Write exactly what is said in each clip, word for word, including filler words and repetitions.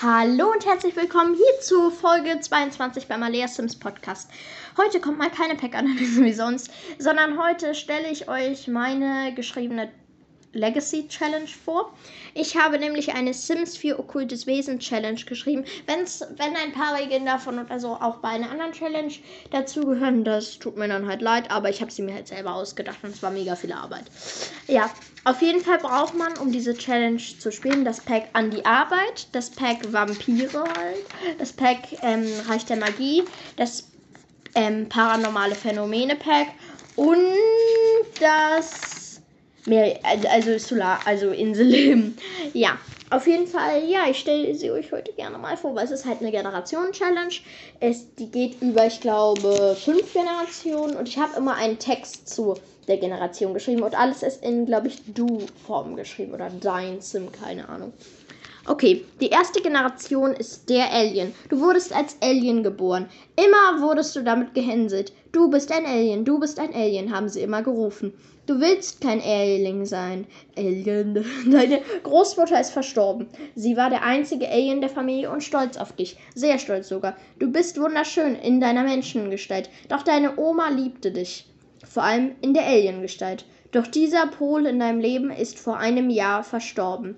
Hallo und herzlich willkommen hier zu Folge zweiundzwanzig beim Alea Sims Podcast. Heute kommt mal keine Pack-Analyse wie sonst, sondern heute stelle ich euch meine geschriebene Legacy Challenge vor. Ich habe nämlich eine Sims vier Okkultes Wesen Challenge geschrieben. Wenn's, wenn ein paar Regeln davon oder so auch bei einer anderen Challenge dazugehören, das tut mir dann halt leid, aber ich habe sie mir halt selber ausgedacht und es war mega viel Arbeit. Ja, auf jeden Fall braucht man, um diese Challenge zu spielen, das Pack An die Arbeit, das Pack Vampire halt, das Pack ähm, Reich der Magie, das ähm, Paranormale Phänomene Pack und das Mehr, also Solar, also Inselleben. Ja, auf jeden Fall, ja, ich stelle sie euch heute gerne mal vor, weil es ist halt eine Generation-Challenge. Es, die geht über, ich glaube, fünf Generationen und ich habe immer einen Text zu der Generation geschrieben und alles ist in, glaube ich, Du-Form geschrieben oder Dein Sim, keine Ahnung. Okay, die erste Generation ist der Alien. Du wurdest als Alien geboren. Immer wurdest du damit gehänselt. Du bist ein Alien, du bist ein Alien, haben sie immer gerufen. Du willst kein Alien sein. Alien. Deine Großmutter ist verstorben. Sie war der einzige Alien der Familie und stolz auf dich. Sehr stolz sogar. Du bist wunderschön in deiner Menschengestalt. Doch deine Oma liebte dich. Vor allem in der Aliengestalt. Doch dieser Pol in deinem Leben ist vor einem Jahr verstorben.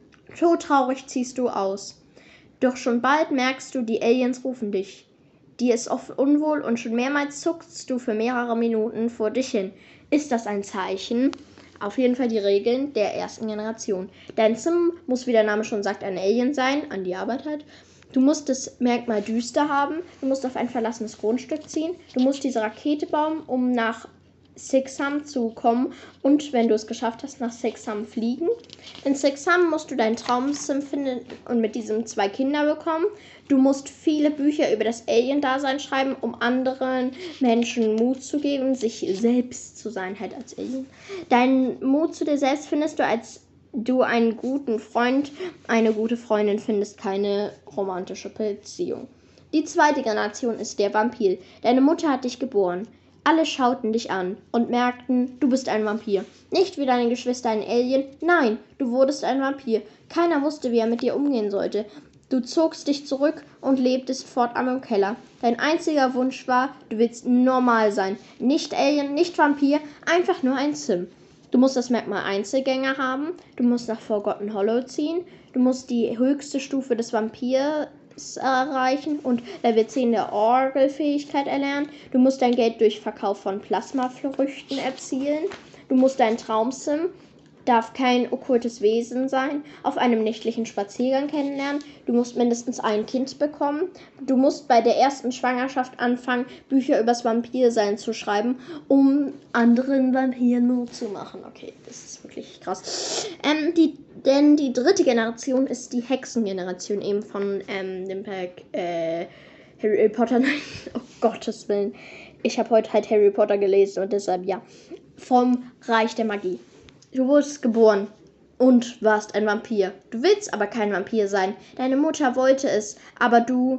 So traurig ziehst du aus. Doch schon bald merkst du, die Aliens rufen dich. Dir ist oft unwohl und schon mehrmals zuckst du für mehrere Minuten vor dich hin. Ist das ein Zeichen? Auf jeden Fall die Regeln der ersten Generation. Dein Sim muss, wie der Name schon sagt, ein Alien sein, an die Arbeit halt. Du musst das Merkmal düster haben. Du musst auf ein verlassenes Grundstück ziehen. Du musst diese Rakete bauen, um nach Sixham zu kommen und, wenn du es geschafft hast, nach Sixham fliegen. In Sixham musst du deinen Traum-Sim finden und mit diesem zwei Kinder bekommen. Du musst viele Bücher über das Alien-Dasein schreiben, um anderen Menschen Mut zu geben, sich selbst zu sein, halt als Alien. Deinen Mut zu dir selbst findest du, als du einen guten Freund, eine gute Freundin findest, keine romantische Beziehung. Die zweite Generation ist der Vampir. Deine Mutter hat dich geboren. Alle schauten dich an und merkten, du bist ein Vampir. Nicht wie deine Geschwister ein Alien, nein, du wurdest ein Vampir. Keiner wusste, wie er mit dir umgehen sollte. Du zogst dich zurück und lebtest fortan im Keller. Dein einziger Wunsch war, du willst normal sein. Nicht Alien, nicht Vampir, einfach nur ein Sim. Du musst das Merkmal Einzelgänger haben, du musst nach Forgotten Hollow ziehen, du musst die höchste Stufe des Vampirs erreichen und Level zehn der Orgelfähigkeit erlernen. Du musst dein Geld durch Verkauf von Plasmafrüchten erzielen. Du musst deinen Traum-Sim, darf kein okkultes Wesen sein, auf einem nächtlichen Spaziergang kennenlernen. Du musst mindestens ein Kind bekommen. Du musst bei der ersten Schwangerschaft anfangen, Bücher übers Vampirsein zu schreiben, um anderen Vampiren Mut zu machen. Okay, das ist wirklich krass. Ähm, die, denn die dritte Generation ist die Hexengeneration, eben von ähm, dem Pack äh, Harry Potter. Nein, oh Gottes Willen. Ich habe heute halt Harry Potter gelesen und deshalb ja. Vom Reich der Magie. Du wurdest geboren und warst ein Vampir. Du willst aber kein Vampir sein. Deine Mutter wollte es, aber du...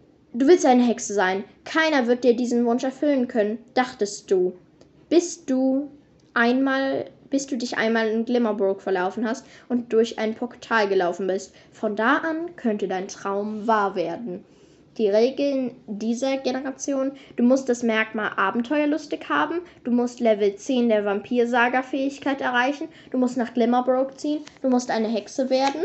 Du willst eine Hexe sein. Keiner wird dir diesen Wunsch erfüllen können, dachtest du. Bis du einmal... Bis du dich einmal in Glimmerbrook verlaufen hast und durch ein Portal gelaufen bist. Von da an könnte dein Traum wahr werden. Die Regeln dieser Generation: Du musst das Merkmal abenteuerlustig haben, du musst Level zehn der Vampir-Saga-Fähigkeit erreichen, du musst nach Glimmerbrook ziehen, du musst eine Hexe werden.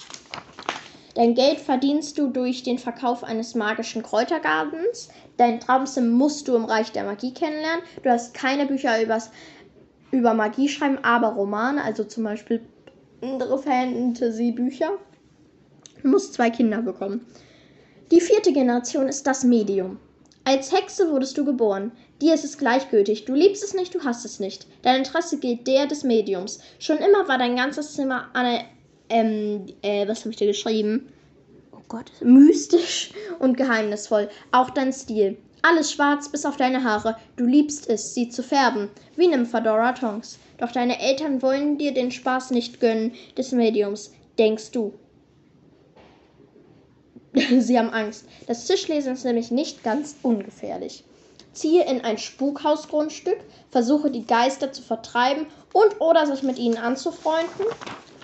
Dein Geld verdienst du durch den Verkauf eines magischen Kräutergartens. Dein Traum-Sim musst du im Reich der Magie kennenlernen. Du hast keine Bücher übers, über Magie schreiben, aber Romane, also zum Beispiel andere Fantasy-Bücher. Du musst zwei Kinder bekommen. Die vierte Generation ist das Medium. Als Hexe wurdest du geboren. Dir ist es gleichgültig. Du liebst es nicht, du hasst es nicht. Dein Interesse gilt der des Mediums. Schon immer war dein ganzes Zimmer eine, ähm, äh, was habe ich dir geschrieben? Oh Gott, mystisch und geheimnisvoll. Auch dein Stil. Alles schwarz bis auf deine Haare. Du liebst es, sie zu färben. Wie Nymphadora Tonks. Doch deine Eltern wollen dir den Spaß nicht gönnen des Mediums. Denkst du. Sie haben Angst. Das Tischlesen ist nämlich nicht ganz ungefährlich. Ziehe in ein Spukhausgrundstück, versuche die Geister zu vertreiben und oder sich mit ihnen anzufreunden.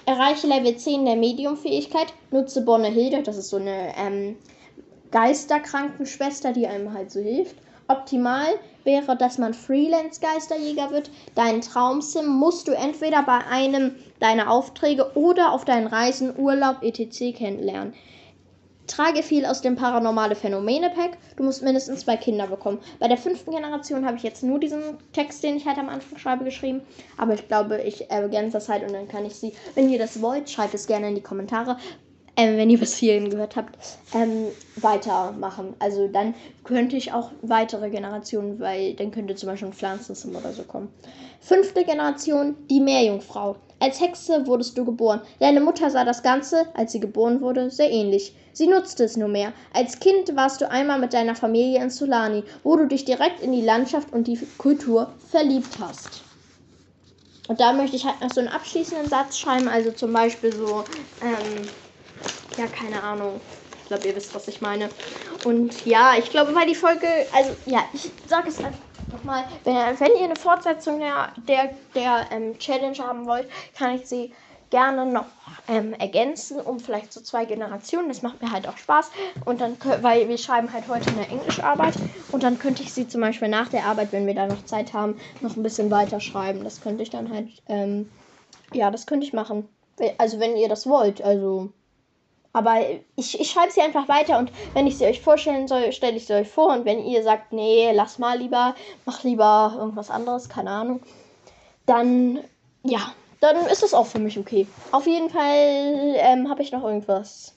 Erreiche Level zehn der Medium-Fähigkeit. Nutze Bonne-Hilde, das ist so eine ähm, Geisterkrankenschwester, die einem halt so hilft. Optimal wäre, dass man Freelance-Geisterjäger wird. Deinen Traumsim musst du entweder bei einem deiner Aufträge oder auf deinen Reisen, Urlaub, et cetera kennenlernen. Trage viel aus dem Paranormale Phänomene Pack. Du musst mindestens zwei Kinder bekommen. Bei der fünften Generation habe ich jetzt nur diesen Text, den ich halt am Anfang schreibe, geschrieben. Aber ich glaube, ich ergänze das halt und dann kann ich sie, wenn ihr das wollt, schreibt es gerne in die Kommentare. Ähm, wenn ihr bis hierhin gehört habt, ähm, weitermachen. Also dann könnte ich auch weitere Generationen, weil dann könnte zum Beispiel ein Pflanzensim oder so kommen. Fünfte Generation, die Meerjungfrau. Als Hexe wurdest du geboren. Deine Mutter sah das Ganze, als sie geboren wurde, sehr ähnlich. Sie nutzte es nur mehr. Als Kind warst du einmal mit deiner Familie in Solani, wo du dich direkt in die Landschaft und die Kultur verliebt hast. Und da möchte ich halt noch so einen abschließenden Satz schreiben, also zum Beispiel so, ähm, ja, keine Ahnung. Ich glaube, ihr wisst, was ich meine. Und ja, ich glaube, weil die Folge, also ja, ich sage es einfach nochmal, wenn, wenn ihr eine Fortsetzung der, der, der ähm, Challenge haben wollt, kann ich sie gerne noch ähm, ergänzen, um vielleicht so zwei Generationen. Das macht mir halt auch Spaß. Und dann, weil wir schreiben halt heute eine Englischarbeit und dann könnte ich sie zum Beispiel nach der Arbeit, wenn wir da noch Zeit haben, noch ein bisschen weiter schreiben. Das könnte ich dann halt, ähm, ja, das könnte ich machen. Also wenn ihr das wollt, also... Aber ich, ich schreibe sie einfach weiter und wenn ich sie euch vorstellen soll, stelle ich sie euch vor. Und wenn ihr sagt, nee, lass mal lieber, mach lieber irgendwas anderes, keine Ahnung, dann, ja, dann ist das auch für mich okay. Auf jeden Fall ähm, habe ich noch irgendwas.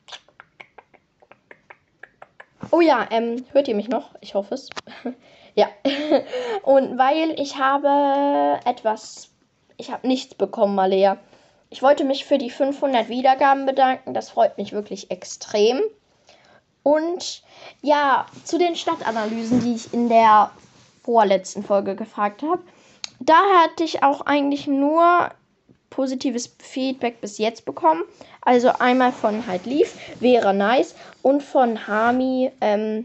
Oh ja, ähm, hört ihr mich noch? Ich hoffe es. Ja. Und weil ich habe etwas, ich habe nichts bekommen, Malea. Ich wollte mich für die fünfhundert Wiedergaben bedanken. Das freut mich wirklich extrem. Und ja, zu den Stadtanalysen, die ich in der vorletzten Folge gefragt habe. Da hatte ich auch eigentlich nur positives Feedback bis jetzt bekommen. Also einmal von halt Leaf, wäre nice. Und von Hami, ähm,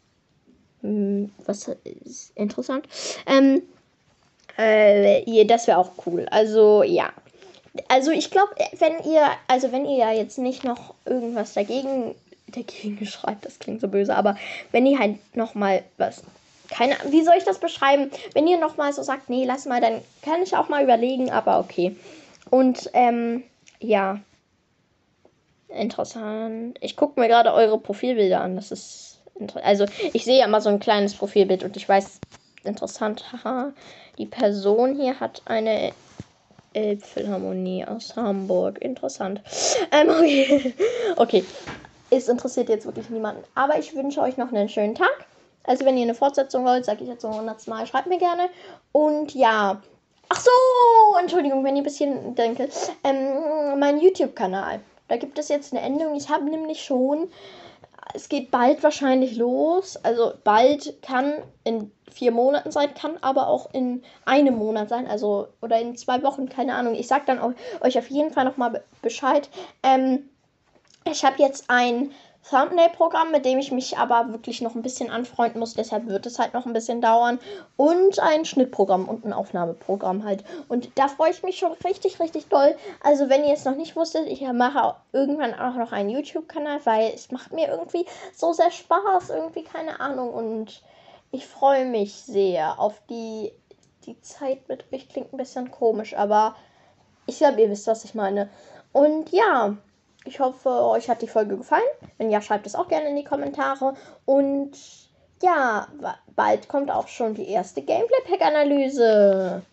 was ist interessant. Ähm, äh, das wäre auch cool. Also ja. Also ich glaube, wenn ihr, also wenn ihr ja jetzt nicht noch irgendwas dagegen, dagegen schreibt, das klingt so böse, aber wenn ihr halt nochmal was, keine Ahnung, wie soll ich das beschreiben? Wenn ihr nochmal so sagt, nee, lass mal, dann kann ich auch mal überlegen, aber okay. Und, ähm, ja. Interessant. Ich gucke mir gerade eure Profilbilder an, das ist, inter- also ich sehe ja mal so ein kleines Profilbild und ich weiß, interessant, haha, die Person hier hat eine Elbphilharmonie aus Hamburg. Interessant. Ähm, okay. okay. Es interessiert jetzt wirklich niemanden. Aber ich wünsche euch noch einen schönen Tag. Also wenn ihr eine Fortsetzung wollt, sage ich jetzt so hundertste Mal, schreibt mir gerne. Und ja. Ach so, Entschuldigung, wenn ihr ein bisschen denkt. Ähm, mein YouTube-Kanal. Da gibt es jetzt eine Änderung. Ich habe nämlich schon... Es geht bald wahrscheinlich los. Also bald kann in vier Monaten sein, kann aber auch in einem Monat sein. Also oder in zwei Wochen, keine Ahnung. Ich sag dann auch, euch auf jeden Fall nochmal Bescheid. Ähm, ich habe jetzt ein Thumbnail-Programm, mit dem ich mich aber wirklich noch ein bisschen anfreunden muss. Deshalb wird es halt noch ein bisschen dauern. Und ein Schnittprogramm und ein Aufnahmeprogramm halt. Und da freue ich mich schon richtig, richtig doll. Also wenn ihr es noch nicht wusstet, ich mache irgendwann auch noch einen YouTube-Kanal, weil es macht mir irgendwie so sehr Spaß. Irgendwie, keine Ahnung. Und ich freue mich sehr auf die, die Zeit mit euch. Klingt ein bisschen komisch, aber ich glaube, ihr wisst, was ich meine. Und ja... Ich hoffe, euch hat die Folge gefallen. Wenn ja, schreibt es auch gerne in die Kommentare. Und ja, bald kommt auch schon die erste Gameplay-Pack-Analyse.